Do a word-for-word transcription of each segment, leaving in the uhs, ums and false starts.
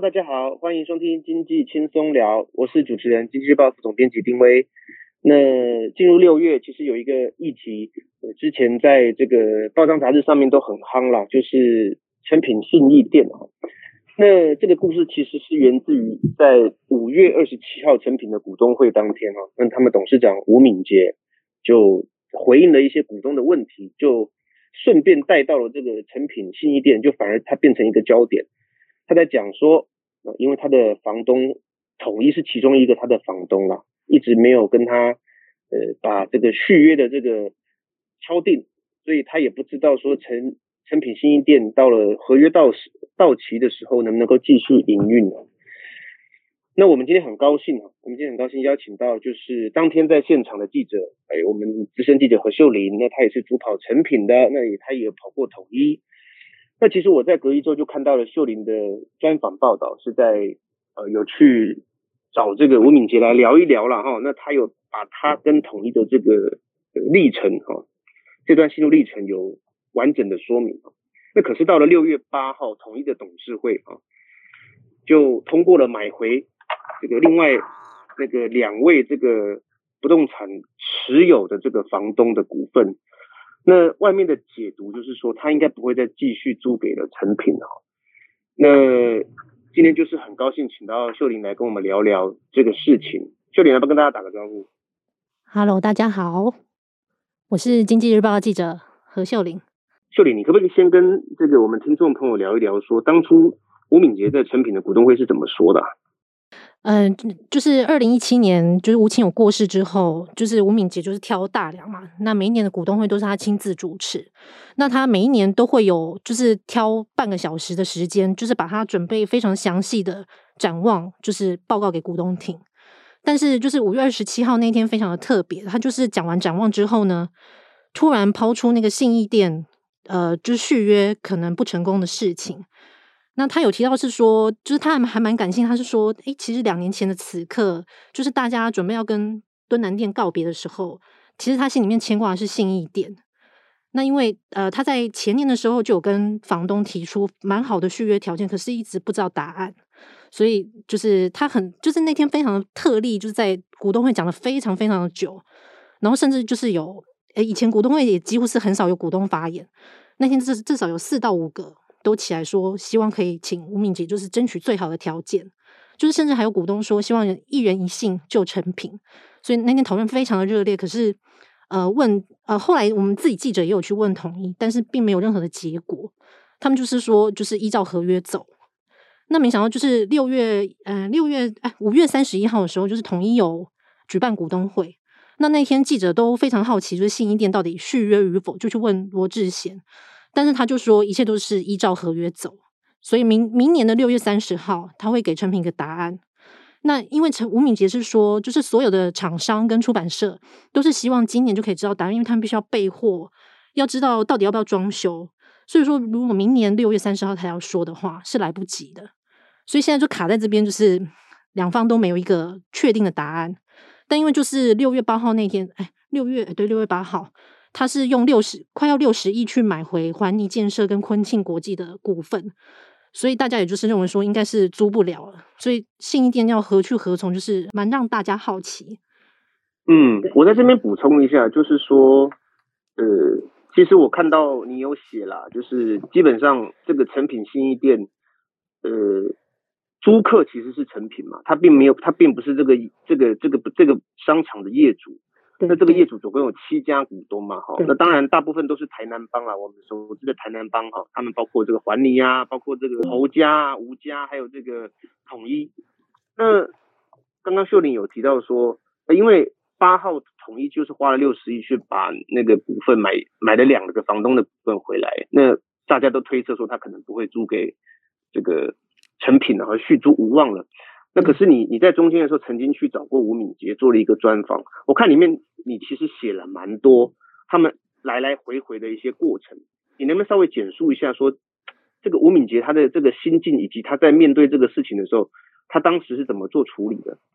大家好，欢迎收听经济轻松聊，我是主持人经济日报副总编辑丁威。那进入六月，其实有一个议题，呃、之前在这个报章杂志上面都很夯啦，就是诚品信义店啊。那这个故事其实是源自于在五月二十七号诚品的股东会当天哈、啊，那他们董事长吴敏杰就回应了一些股东的问题，就顺便带到了这个诚品信义店，就反而它变成一个焦点。他在讲说，呃，因为他的房东统一是其中一个他的房东啦，一直没有跟他呃把这个续约的这个敲定，所以他也不知道说诚诚品信义店到了合约到时到期的时候能不能够继续营运啊。那我们今天很高兴啊，我们今天很高兴邀请到就是当天在现场的记者，哎，我们资深记者何秀玲，那他也是主跑诚品的，那也他也跑过统一。那其实我在隔一周就看到了秀玲的专访报道，是在呃有去找这个吴敏杰来聊一聊了哈。那他有把他跟统一的这个、呃、历程哈，这段心路历程有完整的说明。那可是到了六月八号，统一的董事会啊就通过了买回这个另外那个两位这个不动产持有的这个房东的股份。那外面的解读就是说，他应该不会再继续租给了诚品哈。那今天就是很高兴请到秀玲来跟我们聊聊这个事情。秀玲要不要跟大家打个招呼 ？Hello， 大家好，我是经济日报记者何秀玲。 秀玲，你可不可以先跟这个我们听众朋友聊一聊，说当初吴敏杰在诚品的股东会是怎么说的、啊？ 嗯、呃，就是二零一七年，就是吴清友过世之后，就是吴敏杰就是挑大梁嘛。那每一年的股东会都是他亲自主持。那他每一年都会有，就是挑半个小时的时间，就是把他准备非常详细的展望，就是报告给股东听。但是就是五月二十七号那天非常的特别，他就是讲完展望之后呢，突然抛出那个信义店，呃，就是续约可能不成功的事情。那他有提到是说，就是他还蛮感性，他是说，诶，其实两年前的此刻，就是大家准备要跟敦南店告别的时候，其实他心里面牵挂的是信义店。那因为呃他在前年的时候就有跟房东提出蛮好的续约条件，可是一直不知道答案，所以就是他很就是那天非常的特例，就是在股东会讲的非常非常的久，然后甚至就是有诶以前股东会也几乎是很少有股东发言，那天至至少有四到五个。都起来说希望可以请吴敏杰就是争取最好的条件，就是甚至还有股东说希望一人一信就成品，所以那天讨论非常的热烈。可是呃问呃后来我们自己记者也有去问统一，但是并没有任何的结果，他们就是说就是依照合约走。那没想到就是六月呃六月哎五月三十一号的时候，就是统一有举办股东会，那那天记者都非常好奇，就是信义店到底续约与否，就去问罗志贤。但是他就说一切都是依照合约走，所以明明年的六月三十号他会给诚品一个答案。那因为陈吴敏杰是说，就是所有的厂商跟出版社都是希望今年就可以知道答案，因为他们必须要备货，要知道到底要不要装修。所以说，如果明年六月三十号他要说的话，是来不及的。所以现在就卡在这边，就是两方都没有一个确定的答案。但因为就是六月八号那天，哎，六月对六月八号。他是用六十快要六十亿去买回环泥建设跟昆庆国际的股份，所以大家也就是认为说应该是租不了了，所以信义店要何去何从，就是蛮让大家好奇。 嗯，我在这边补充一下，就是说，呃，其实我看到你有写啦，就是基本上这个诚品信义店，呃，租客其实是诚品嘛，他并没有，他并不是这个这个这个这个商场的业主。那这个业主总共有七家股东嘛，哈，那当然大部分都是台南帮啦，我们熟知的台南帮哈，他们包括这个环泥啊，包括这个侯家啊、吴家，还有这个统一。那刚刚秀玲有提到说，因为八号统一就是花了六十亿去把那个股份买买了两个房东的股份回来，那大家都推测说他可能不会租给这个诚品，然后续租无望了。那可是你你在中间的时候曾经去找过吴敏杰做了一个专访，我看里面你其实写了蛮多他们来来回回的一些过程，你能不能稍微简述一下说这个吴敏杰他的这个心境以及他在面对这个事情的时候，他当时是怎么做处理的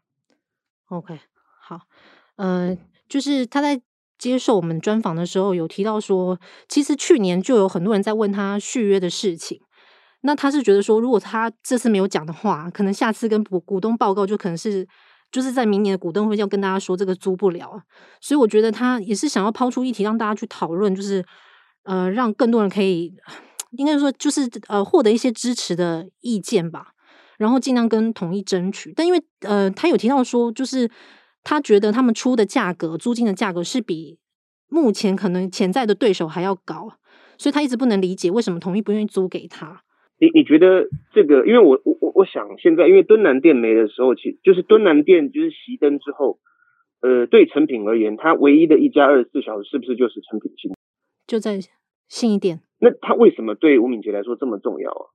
？OK， 好，呃，就是他在接受我们专访的时候有提到说，其实去年就有很多人在问他续约的事情。 那他是觉得说，如果他这次没有讲的话，可能下次跟股股东报告就可能是就是在明年的股东会要跟大家说这个租不了，所以我觉得他也是想要抛出议题让大家去讨论，就是呃让更多人可以应该说就是呃获得一些支持的意见吧，然后尽量跟统一争取。但因为呃他有提到说，就是他觉得他们出的价格租金的价格是比目前可能潜在的对手还要高，所以他一直不能理解为什么统一不愿意租给他。 你你觉得这个？因为我我我想现在，因为敦南店没的时候，其就是敦南店就是熄灯之后，呃，对诚品而言，它唯一的一家二十四小时是不是就是诚品新？ 就在信义店。 那它为什么对吴敏杰来说这么重要啊？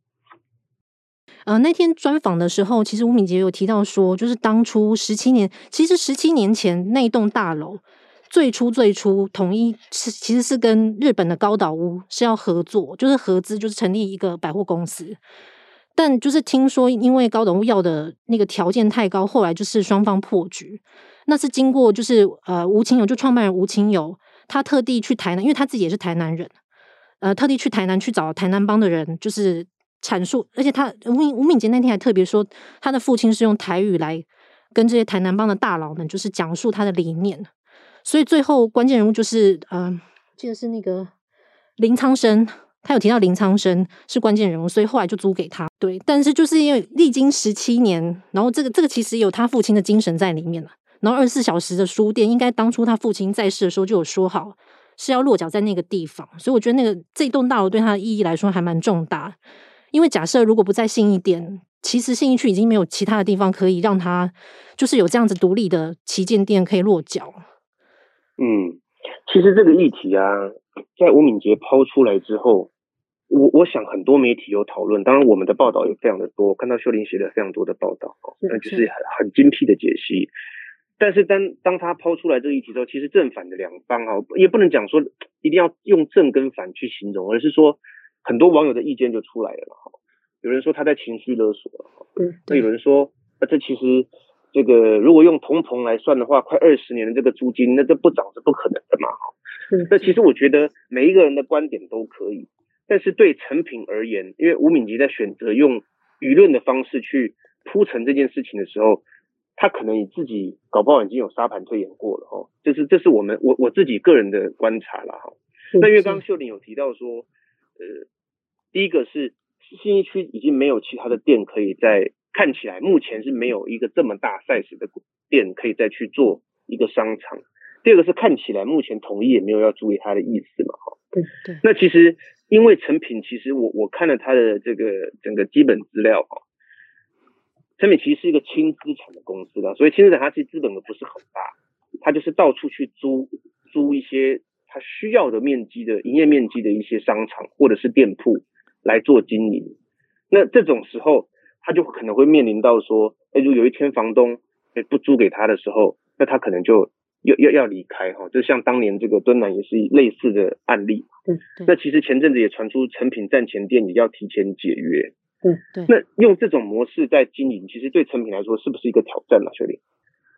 呃，那天专访的时候，其实吴敏杰有提到说，就是当初十七年，其实十七年前那栋大楼。最初最初统一是其实是跟日本的高岛屋是要合作，就是合资，就是成立一个百货公司。但就是听说因为高岛屋要的那个条件太高，后来就是双方破局。那是经过就是呃吴清友就创办人吴清友，他特地去台南，因为他自己也是台南人，呃特地去台南去找台南帮的人，就是阐述，而且他吴吴敏杰那天还特别说，他的父亲是用台语来跟这些台南帮的大佬们，就是讲述他的理念。所以最后关键人物就是呃，记得是那个林苍生，他有提到林苍生是关键人物，所以后来就租给他。对，但是就是因为历经十七年，然后这个这个其实有他父亲的精神在里面了。然后二十四小时的书店，应该当初他父亲在世的时候就有说好是要落脚在那个地方，所以我觉得那个这栋大楼对他的意义来说还蛮重大。因为假设如果不在信义店，其实信义区已经没有其他的地方可以让他就是有这样子独立的旗舰店可以落脚。 嗯，其实这个议题啊，在吴敏杰抛出来之后，我我想很多媒体有讨论，当然我们的报道也非常的多，看到秀玲写了非常多的报道，那就是很很精辟的解析。但是当当他抛出来这个议题之后，其实正反的两方啊，也不能讲说一定要用正跟反去形容，而是说很多网友的意见就出来了哈。有人说他在情绪勒索， 嗯， 那有人说，那这其实。这个如果用通膨来算的话，快二十年的这个租金，那这不涨是不可能的嘛。那其实我觉得每一个人的观点都可以，但是对诚品而言，因为吴敏杰在选择用舆论的方式去铺陈这件事情的时候，他可能以自己搞不好已经有沙盘推演过了哈。这是这是我们我我自己个人的观察啦哈。那因为刚刚秀玲有提到说，呃，第一个是信义区已经没有其他的店可以在。看起来目前是没有一个这么大 size 的店可以再去做一个商场。第二个是看起来目前统一也没有要租给他的意思嘛， 对对。 那其实因为诚品，其实我我看了他的这个整个基本资料哈，诚品其实是一个轻资产的公司啦，所以轻资产它其实资本额不是很大，它就是到处去租租一些它需要的面积的营业面积的一些商场或者是店铺来做经营。那这种时候。他就可能会面临到说，哎，如果有一天房东不租给他的时候，那他可能就要要要离开哈，就像当年这个敦南也是类似的案例。 对， 那其实前阵子也传出诚品站前店也要提前解约。 对对。 那用这种模式在经营，其实对诚品来说是不是一个挑战呢？秀玲？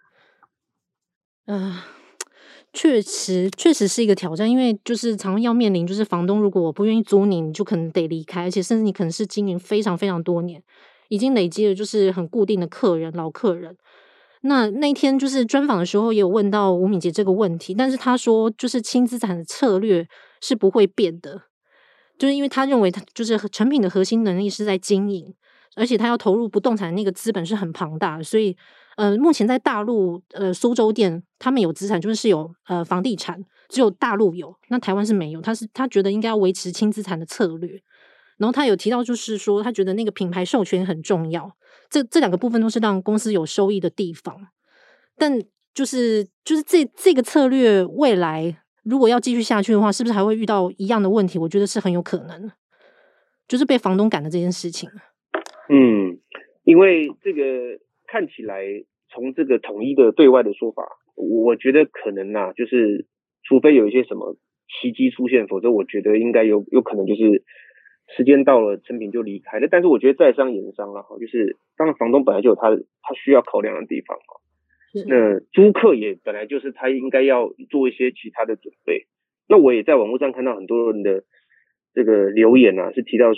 呃，确实确实是一个挑战，因为就是常常要面临，就是房东如果我不愿意租你，你就可能得离开，而且甚至你可能是经营非常非常多年。已经累积了就是很固定的客人老客人。那那天就是专访的时候也有问到吴敏杰这个问题，但是他说就是轻资产的策略是不会变的，就是因为他认为他就是诚品的核心能力是在经营，而且他要投入不动产的那个资本是很庞大的，所以呃目前在大陆呃苏州店他们有资产，就是有呃房地产，只有大陆有，那台湾是没有，他是他觉得应该要维持轻资产的策略。然后他有提到，就是说他觉得那个品牌授权很重要，这这两个部分都是让公司有收益的地方。但就是就是这这个策略未来如果要继续下去的话，是不是还会遇到一样的问题？我觉得是很有可能，就是被房东赶的这件事情。 嗯，因为这个看起来从这个统一的对外的说法，我觉得可能啊，就是除非有一些什么奇迹出现，否则我觉得应该有有可能就是。时间到了，诚品就离开了。但是我觉得在商言商啦，就是当然房东本来就有他他需要考量的地方嘛。那租客也本来就是他应该要做一些其他的准备。那我也在网络上看到很多人的这个留言啊，是提到说，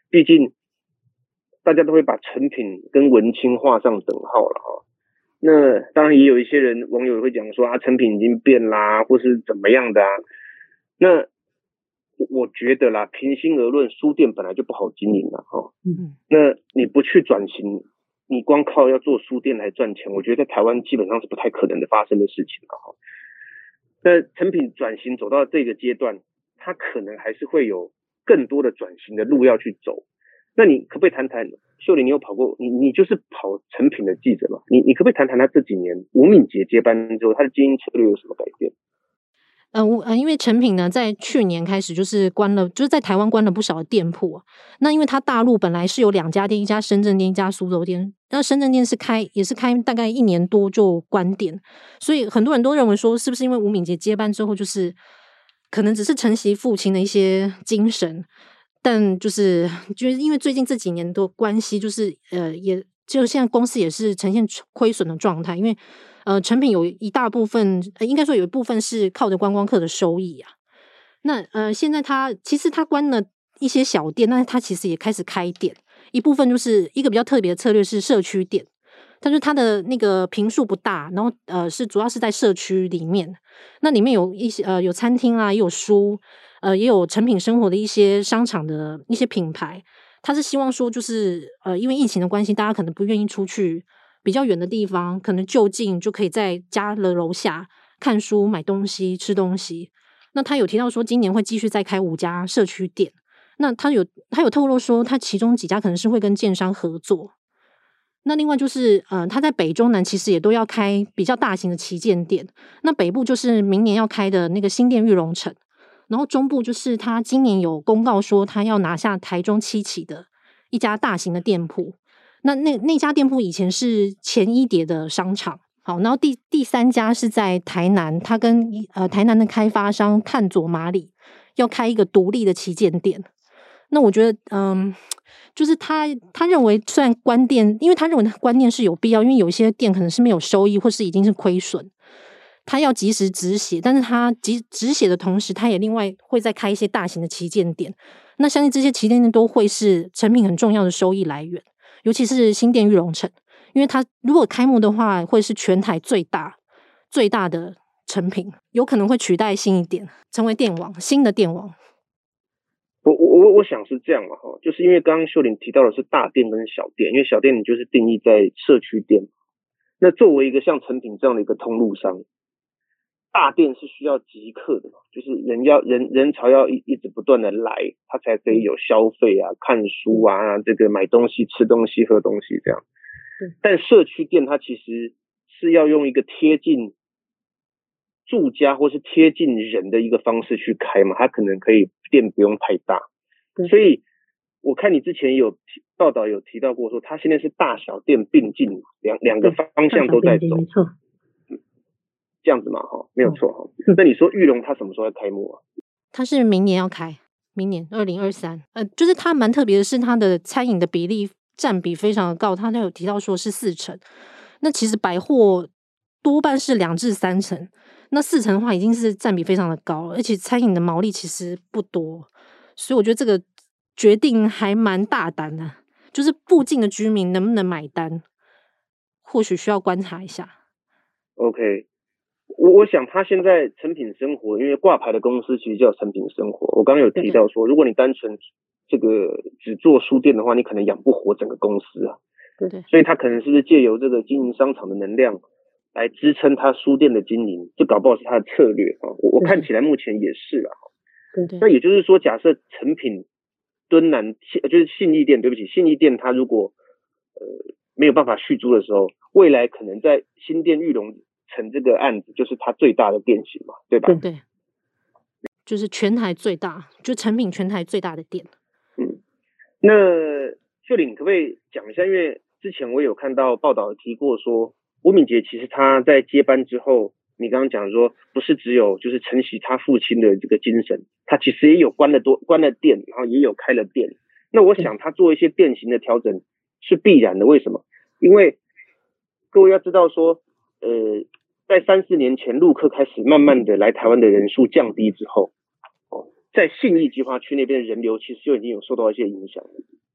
毕竟大家都会把成品跟文青画上等号了哈。那当然也有一些人网友会讲说啊，成品已经变啦，或是怎么样的啊。那我觉得啦，平心而论，书店本来就不好经营了哈。嗯，那你不去转型，你光靠要做书店来赚钱，我觉得在台湾基本上是不太可能的发生的事情了哈。那成品转型走到这个阶段，它可能还是会有更多的转型的路要去走。那你可不可以谈谈，秀玲，你有跑过，你你就是跑成品的记者嘛？你你可不可以谈谈他这几年吴敏杰接班之后，他的经营策略有什么改变？ 呃，呃，因为成品呢，在去年开始就是关了，就是在台湾关了不少的店铺。那因为它大陆本来是有两家店，一家深圳店，一家苏州店。那深圳店是开，也是开大概一年多就关店，所以很多人都认为说，是不是因为吴敏杰接班之后，就是可能只是承袭父亲的一些精神，但就是就是因为最近这几年的关系，就是呃，也就现在公司也是呈现亏损的状态，因为。呃，成品有一大部分，呃、应该说有一部分是靠着观光客的收益啊。那呃，现在他其实他关了一些小店，但是他其实也开始开店。一部分就是一个比较特别的策略是社区店，但是它的那个坪数不大，然后呃是主要是在社区里面，那里面有一些呃有餐厅啦，也有书，呃也有成品生活的一些商场的一些品牌。他是希望说就是呃因为疫情的关系，大家可能不愿意出去。比较远的地方，可能就近就可以在家的楼下看书、买东西、吃东西。那他有提到说，今年会继续再开五家社区店。那他有他有透露说，他其中几家可能是会跟建商合作。那另外就是，呃，他在北中南其实也都要开比较大型的旗舰店。那北部就是明年要开的那个新店玉龙城，然后中部就是他今年有公告说，他要拿下台中七期的一家大型的店铺。那那那家店铺以前是前一叠的商场，好，然后第第三家是在台南，他跟呃台南的开发商探佐马里要开一个独立的旗舰店。那我觉得，嗯，就是他他认为虽然关店，因为他认为关店是有必要，因为有一些店可能是没有收益，或是已经是亏损，他要及时止血，但是他及止血的同时，他也另外会再开一些大型的旗舰店。那相信这些旗舰店都会是成品很重要的收益来源。尤其是新店玉龙城，因为它如果开幕的话，会是全台最大最大的成品，有可能会取代新一店，成为店王，新的店王。 我我我想是这样嘛哈，就是因为刚刚秀玲提到的是大店跟小店，因为小店你就是定义在社区店，那作为一个像成品这样的一个通路商，大店是需要集客的嘛，就是人要人人潮要一一直不断的来，他才可以有消费啊、看书啊、这个买东西、吃东西、喝东西这样。但社区店它其实是要用一个贴近住家或是贴近人的一个方式去开嘛，它可能可以店不用太大。所以我看你之前有报道有提到过说，它现在是大小店并进，两两个方向都在走。 没错。 这样子嘛，哈，没有错哈。嗯、那你说玉龙它什么时候要开幕啊？ 它是明年要开，明年二零二三。呃，就是它蛮特别的是，它的餐饮的比例占比非常的高，它有提到说是四成。那其实百货多半是两至三成，那四成的话已经是占比非常的高了，而且餐饮的毛利其实不多，所以我觉得这个决定还蛮大胆的，就是附近的居民能不能买单，或许需要观察一下。 OK。我我想他现在成品生活，因为挂牌的公司其实叫成品生活。我刚刚有提到说，如果你单纯这个只做书店的话，你可能养不活整个公司啊。 对对。 所以他可能是借由这个经营商场的能量来支撑他书店的经营，这搞不好是他的策略啊。我我看起来目前也是啊。 对对。 那也就是说，假设成品敦南就是信义店，对不起，信义店它如果呃没有办法续租的时候，未来可能在新店玉龙成这个案子就是它最大的店型嘛，对吧？ 对对，就是全台最大，就成品全台最大的店。 嗯，那秀玲可不可以讲一下？因为之前我有看到报道提过说，吴敏杰其实他在接班之后，你刚刚讲说，不是只有就是承袭他父亲的这个精神，他其实也有关了多关了店，然后也有开了店。那我想他做一些店型的调整是必然的，为什么？因为各位要知道说，呃。在三四年前，陆客开始慢慢的来台湾的人数降低之后，哦，在信义计划区那边的人流其实就已经有受到一些影响了。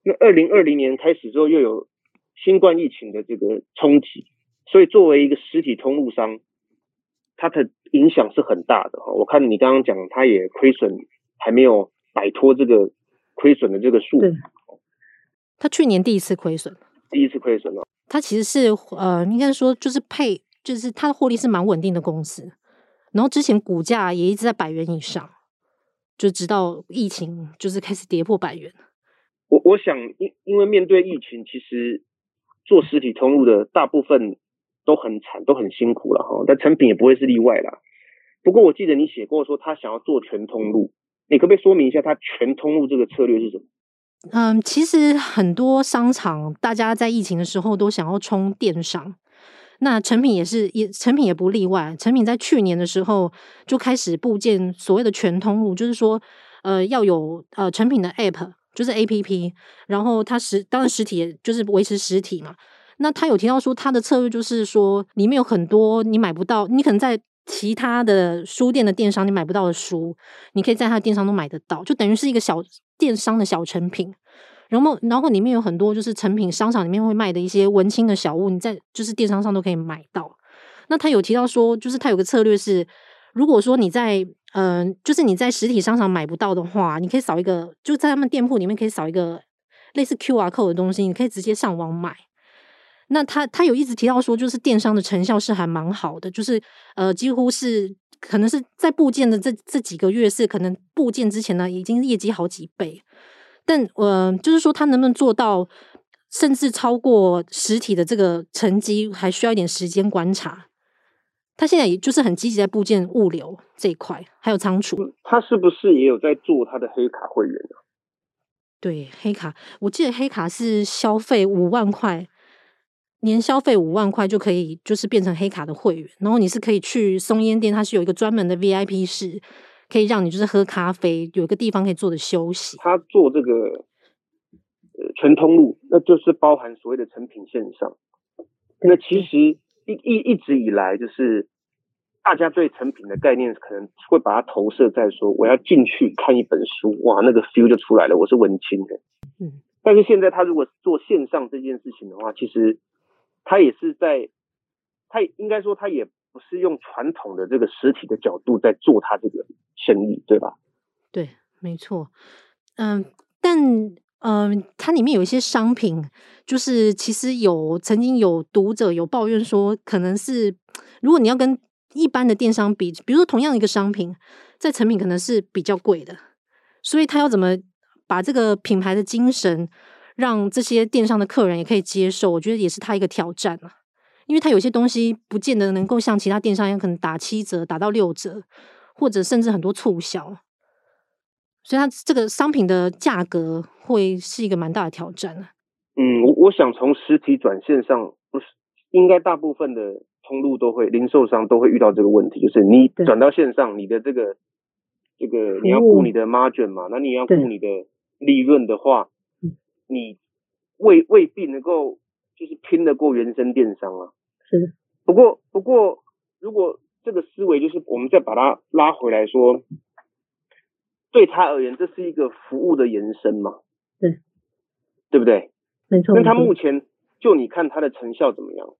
那二零二零年开始之后又有新冠疫情的这个冲击，所以作为一个实体通路商，它的影响是很大的。我看你刚刚讲，它也亏损，还没有摆脱这个亏损的这个束缚。 他去年第一次亏损， 第一次亏损哦。 他其实是呃，应该说就是配，就是他的获利是蛮稳定的公司，然后之前股价也一直在百元以上，就直到疫情就是开始跌破百元。 我我想因因为面对疫情，其实做实体通路的大部分都很惨，都很辛苦了哈，但成品也不会是例外啦。不过我记得你写过说他想要做全通路，你可不可以说明一下他全通路这个策略是什么？ 嗯，其实很多商场大家在疫情的时候都想要冲电商，那成品也是也成品也不例外。成品在去年的时候就开始布建所谓的全通路，就是说呃要有呃成品的 App， 就是 A P P， 然后它实当然实体也就是维持实体嘛。那他有提到说他的策略就是说里面有很多你买不到，你可能在其他的书店的电商你买不到的书，你可以在他的电商都买得到，就等于是一个小电商的小成品。然后然后里面有很多就是成品商场里面会卖的一些文青的小物，你在就是电商上都可以买到。那他有提到说就是他有个策略是，如果说你在嗯、呃，就是你在实体商场买不到的话，你可以扫一个，就在他们店铺里面可以扫一个类似 Q R code 的东西，你可以直接上网买。那他他有一直提到说，就是电商的成效是还蛮好的，就是呃，几乎是可能是在布建的这这几个月是可能布建之前呢，已经业绩好几倍。但呃，就是说他能不能做到，甚至超过实体的这个成绩，还需要一点时间观察。他现在也就是很积极在布建物流这一块，还有仓储。 嗯、他是不是也有在做他的黑卡会员呢、啊？ 对，黑卡，我记得黑卡是消费五万块。年消费五万块就可以，就是变成黑卡的会员，然后你是可以去松烟店，它是有一个专门的 V I P 室，可以让你就是喝咖啡，有一个地方可以坐着休息。 他做这个呃全通路，那就是包含所谓的成品线上。那其实一一一直以来，就是大家对成品的概念可能会把它投射在说，我要进去看一本书，哇，那个 feel 就出来了，我是文青的。嗯，但是现在他如果做线上这件事情的话，其实他也是在，他应该说他也不是用传统的这个实体的角度在做他这个生意，对吧？ 对，没错。嗯，但嗯，它里面有一些商品，就是其实有曾经有读者有抱怨说，可能是如果你要跟一般的电商比，比如说同样一个商品，在成品可能是比较贵的，所以他要怎么把这个品牌的精神让这些电商的客人也可以接受，我觉得也是他一个挑战啊。因为他有些东西不见得能够像其他电商一样，可能打七折、打到六折，或者甚至很多促销，所以它这个商品的价格会是一个蛮大的挑战啊。 嗯，我我想从实体转线上，不是应该大部分的通路都会，零售商都会遇到这个问题，就是你转到线上，你的这个这个你要顾你的 margin 嘛，那你要顾你的利润的话，你未未必能够就是拼得过原生电商啊。 是。 不过不过，如果这个思维就是我们再把它拉回来说，对他而言，这是一个服务的延伸嘛？ 对， 对不对？ 没错。 那他目前就你看他的成效怎么样？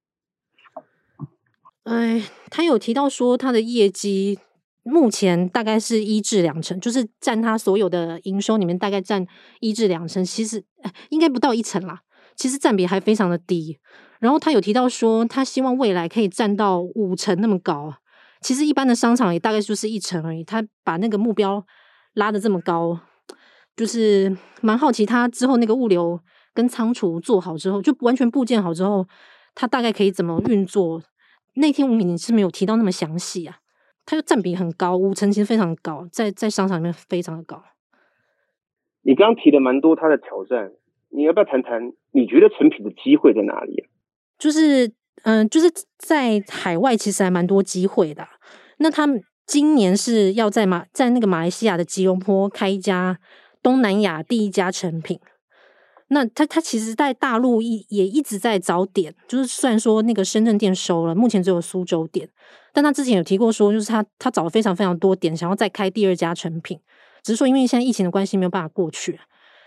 哎，他有提到说他的业绩目前大概是一至两成，就是占他所有的营收里面大概占一至两成，其实应该不到一成啦。其实占比还非常的低。然后他有提到说，他希望未来可以占到五成那么高。其实一般的商场也大概就是一成而已。他把那个目标拉得这么高，就是蛮好奇他之后那个物流跟仓储做好之后，就完全部建好之后，他大概可以怎么运作。那天吴敏是没有提到那么详细啊，它就占比很高，五成其实非常高，在在商场里面非常的高。 你刚刚提了蛮多他的挑战，你要不要谈谈？你觉得成品的机会在哪里啊？ 就是嗯、呃，就是在海外其实还蛮多机会的、啊。那他们今年是要在马在那个马来西亚的吉隆坡开一家东南亚第一家成品。那他他其实在大陆一也一直在找点，就是虽然说那个深圳店收了，目前只有苏州店，但他之前有提过说，就是他他找了非常非常多点，想要再开第二家成品，只是说因为现在疫情的关系没有办法过去。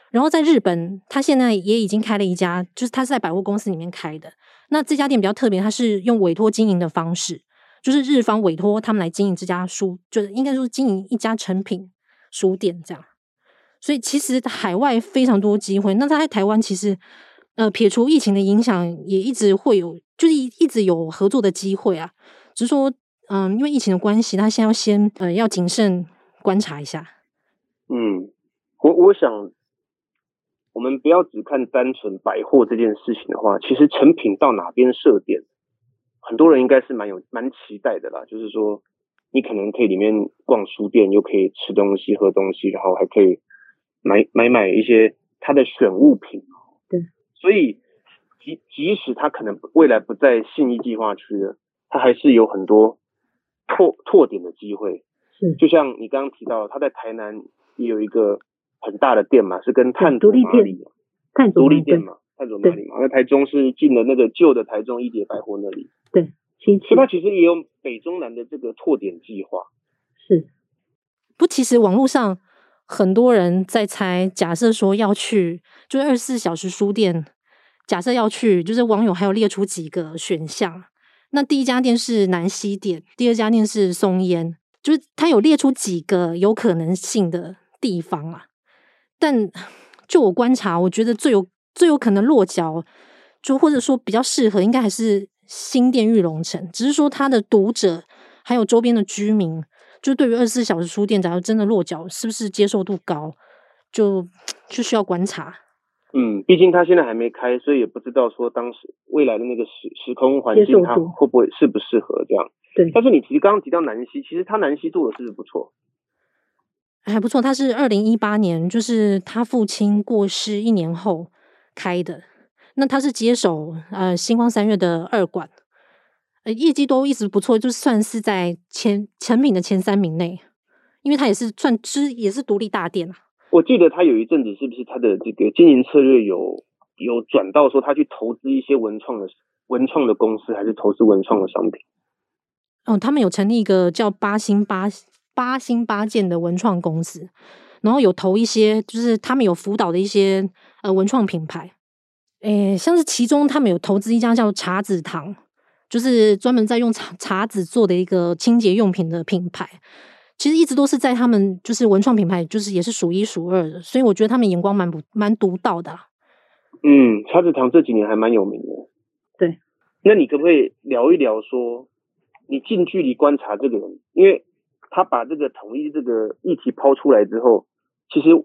然后在日本，他现在也已经开了一家，就是他是在百货公司里面开的。那这家店比较特别，它是用委托经营的方式，就是日方委托他们来经营这家书，就是应该说经营一家成品书店这样。所以其实海外非常多机会。那他在台湾其实呃撇除疫情的影响，也一直会有，就是一直有合作的机会啊。只是说，嗯，因为疫情的关系，他现在要先呃要谨慎观察一下。 嗯，我我想。我们不要只看单纯百货这件事情的话，其实成品到哪边设店，很多人应该是蛮有蛮期待的啦。就是说，你可能可以里面逛书店，又可以吃东西、喝东西，然后还可以买买买一些他的选物品。 对， 所以即即使他可能未来不在信义计划区了，他还是有很多拓拓点的机会。 是， 就像你刚刚提到，他在台南也有一个很大的店嘛，是跟炭祖玛里嘛， 炭独立店嘛，炭祖玛里嘛。那台中是进了那个旧的台中一叠百货那里， 对， 所以它其实也有北中南的这个拓点计划。 是，不，其实网络上很多人在猜，假设说要去，就是二十四小时书店，假设要去，就是网友还有列出几个选项。那第一家店是南西店，第二家店是松烟，就是他有列出几个有可能性的地方啊。但就我观察，我觉得最有最有可能落脚，就或者说比较适合，应该还是新店玉龙城。只是说他的读者还有周边的居民，就对于二十四小时书店，假如真的落脚，是不是接受度高，就就需要观察。 嗯，毕竟他现在还没开，所以也不知道说当时未来的那个时时空环境，它会不会适不适合这样。 对。 但是你其实刚刚提到南西，其实他南西做的是不错。 还不错，他是二零一八年，就是他父亲过世一年后开的。那他是接手呃星光三月的二馆，呃业绩都一直不错，就算是在前成品的前三名内，因为他也是算是也是独立大店啊。 我记得他有一阵子是不是他的这个经营策略有有转到说他去投资一些文创的文创的公司，还是投资文创的商品？ 哦，他们有成立一个叫八星八。八星八件的文创公司，然后有投一些，就是他们有辅导的一些呃文创品牌，诶，像是其中他们有投资一家叫茶籽堂，就是专门在用茶茶籽做的一个清洁用品的品牌。其实一直都是在他们就是文创品牌，就是也是数一数二的，所以我觉得他们眼光蛮不蛮独到的、啊。 嗯，茶籽堂这几年还蛮有名的。 对， 那你可不可以聊一聊说，你近距离观察这个人，因为他把这个统一这个议题抛出来之后，其实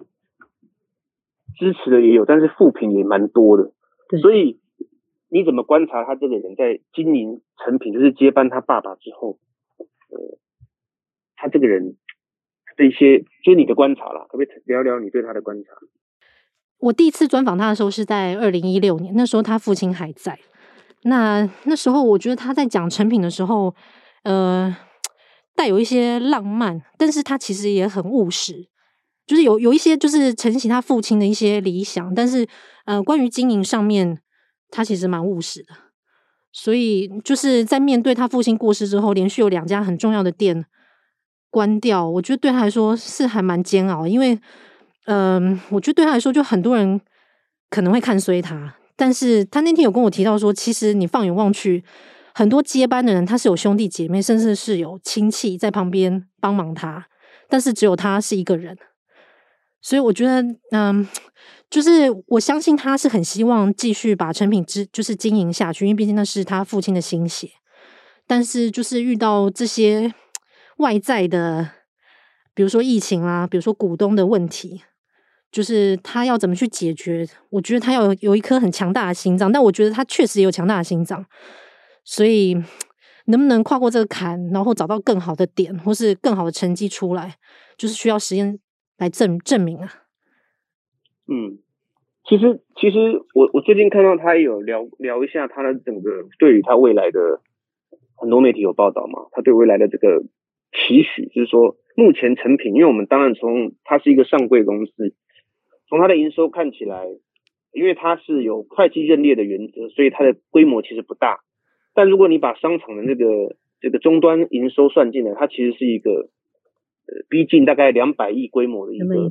支持的也有，但是负评也蛮多的。所以你怎么观察他这个人在经营成品，就是接班他爸爸之后，呃，他这个人的一些，就是你的观察啦，可不可以聊聊你对他的观察？ 我第一次专访他的时候是在二零一六年，那时候他父亲还在。那那时候我觉得他在讲成品的时候，呃。带有一些浪漫，但是他其实也很务实，就是有有一些就是承袭他父亲的一些理想，但是呃，关于经营上面，他其实蛮务实的。所以就是在面对他父亲过世之后，连续有两家很重要的店关掉，我觉得对他来说是还蛮煎熬，因为嗯、呃，我觉得对他来说，就很多人可能会看衰他，但是他那天有跟我提到说，其实你放眼望去。很多接班的人，他是有兄弟姐妹，甚至是有亲戚在旁边帮忙他，但是只有他是一个人，所以我觉得，嗯，就是我相信他是很希望继续把成品之就是经营下去，因为毕竟那是他父亲的心血。但是就是遇到这些外在的，比如说疫情啊，比如说股东的问题，就是他要怎么去解决？我觉得他要有有一颗很强大的心脏，但我觉得他确实也有强大的心脏。所以能不能跨过这个坎，然后找到更好的点，或是更好的成绩出来，就是需要时间来证证明啊。 嗯，其实其实我我最近看到他有聊聊一下他的整个对于他未来的，很多媒体有报道嘛，他对未来的这个期许，就是说目前成品，因为我们当然从它是一个上柜公司，从它的营收看起来，因为它是有会计认列的原则，所以它的规模其实不大。但如果你把商场的那个这个终端营收算进来，它其实是一个呃逼近大概两百亿规模的一个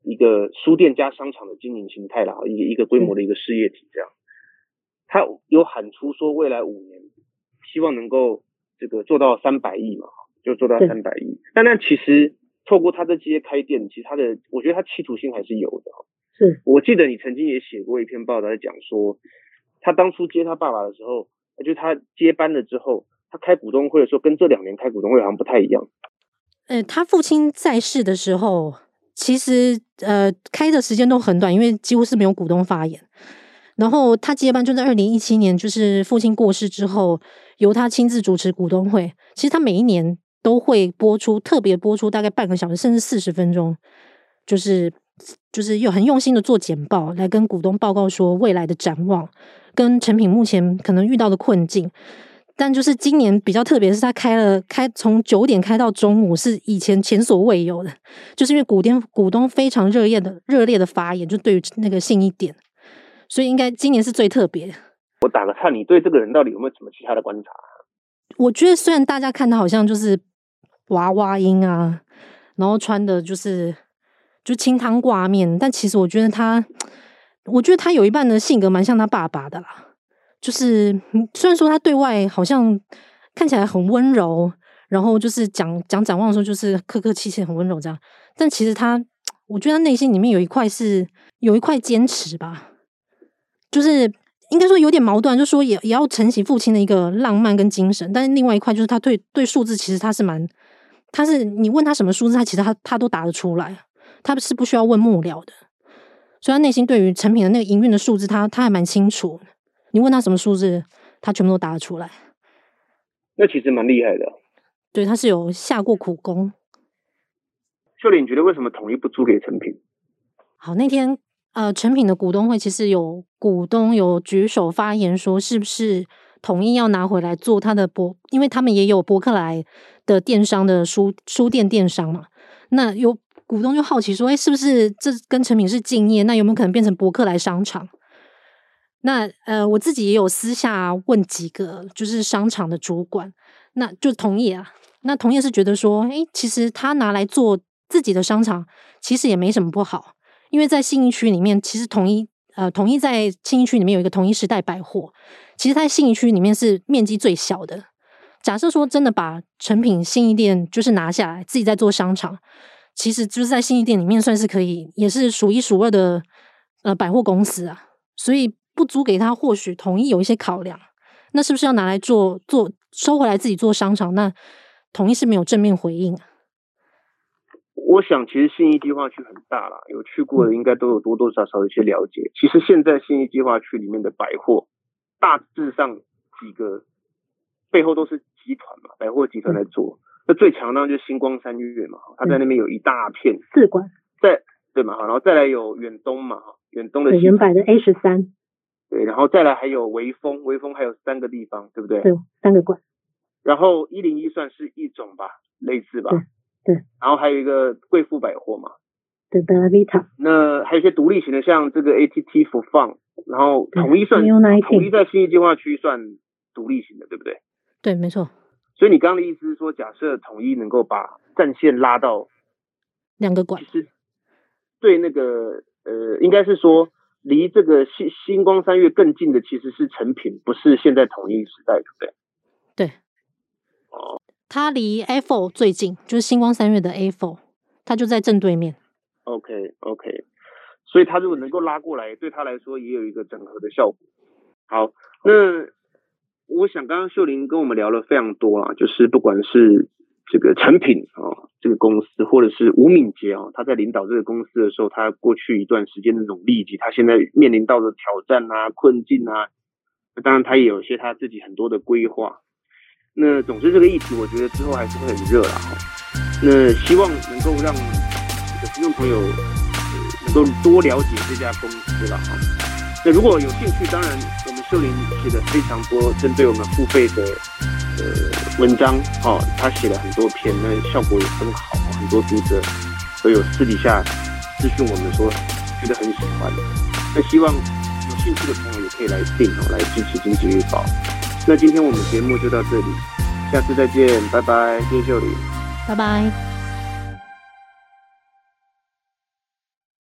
一个书店加商场的经营形态啦，一个一个规模的一个事业体这样。他有喊出说未来五年希望能够这个做到三百亿嘛，就做到三百亿。但那其实透过他这些开店，其实他的我觉得他企图心还是有的。 是我记得你曾经也写过一篇报道在讲说，他当初接他爸爸的时候，就是他接班了之后，他开股东会的时候跟这两年开股东会好像不太一样。 呃，他父亲在世的时候，其实呃开的时间都很短，因为几乎是没有股东发言。然后他接班就在二零一七年，就是父亲过世之后，由他亲自主持股东会。其实他每一年都会播出特别播出大概半个小时，甚至四十分钟，就是就是有很用心的做简报，来跟股东报告说未来的展望，跟成品目前可能遇到的困境。但就是今年比较特别，是他开了开从九点开到中午，是以前前所未有的，就是因为股东股东非常热烈的热烈的发言，就对于那个信义店，所以应该今年是最特别。 我打个岔，你对这个人到底有没有什么其他的观察？ 我觉得虽然大家看他好像就是娃娃音啊，然后穿的就是就清汤挂面，但其实我觉得他，我觉得他有一半的性格蛮像他爸爸的啦。就是虽然说他对外好像看起来很温柔，然后就是讲讲展望的时候就是客客气气很温柔这样，但其实他我觉得他内心里面有一块是有一块坚持吧，就是应该说有点矛盾，就是说也也要承袭父亲的一个浪漫跟精神，但是另外一块就是他对对数字其实他是蛮他是你问他什么数字，他其实他他都答得出来，他是不需要问幕僚的，所以他内心对于成品的那个营运的数字他他还蛮清楚的，你问他什么数字，他全部都答得出来。 那其实蛮厉害的。 对，他是有下过苦功。 秀玲，你觉得为什么统一不租给成品？ 好，那天呃，成品的股东会其实有股东有举手发言说，是不是统一要拿回来做他的博，因为他们也有博客来的电商的书书店电商嘛。那有股东就好奇说，哎，是不是这跟成品是竞业？那有没有可能变成博客来商场？那呃，我自己也有私下问几个就是商场的主管，那就同意啊。那同业是觉得说，哎，其实他拿来做自己的商场，其实也没什么不好，因为在信义区里面，其实统一呃统一在信义区里面有一个统一时代百货，其实在信义区里面是面积最小的。假设说真的把成品信义店就是拿下来，自己在做商场，其实就是在信义店里面算是可以，也是数一数二的呃百货公司啊，所以不租给他，或许统一有一些考量。那是不是要拿来做做收回来自己做商场？那统一是没有正面回应啊。 我想其实信义计划区很大啦，有去过的应该都有多多少少有一些了解。其实现在信义计划区里面的百货，大致上几个背后都是集团嘛，百货集团来做。那最强当然就是星光三月嘛，它在那边有一大片四馆， 在对嘛，然后再来有远东嘛，远东的对原版的 A 十三， 对，然后再来还有微风，微风还有三个地方，对不对？ 对，三个馆。 然后一零一算是一种吧，类似吧。 对。对然后还有一个贵妇百货嘛。 对 ，Bella Vita。 那还有一些独立型的，像这个 A T T for Fun， 然后统一算统一在信义计划区算独立型的，对不对？ 对，没错。 所以你刚刚的意思是说，假设统一能够把战线拉到两个馆， 其实对那个呃，应该是说离这个星星光三月更近的其实是成品，不是现在统一时代，对不对？ 对。哦。它离 A 四 最近，就是星光三月的 A 四， 它就在正对面。 OK OK， 所以他如果能够拉过来，对他来说也有一个整合的效果。好，那我想刚刚秀玲跟我们聊了非常多啦，就是不管是这个成品啊、哦、这个公司，或者是吴敏杰啊、哦，他在领导这个公司的时候，他过去一段时间的努力，以及他现在面临到的挑战啊、困境啊，当然他也有一些他自己很多的规划。那总之这个议题，我觉得之后还是会很热啦哈。那希望能够让这个听众朋友、呃、能够多了解这家公司啦哈。那如果有兴趣，当然我们秀玲写了非常多针对我们付费的呃文章哈，他写了很多篇，那效果也很好，很多读者都有私底下咨询我们说觉得很喜欢。那希望有兴趣的朋友也可以来订哦，来支持经济日报。那今天我们节目就到这里，下次再见，拜拜，谢谢秀玲， 拜拜。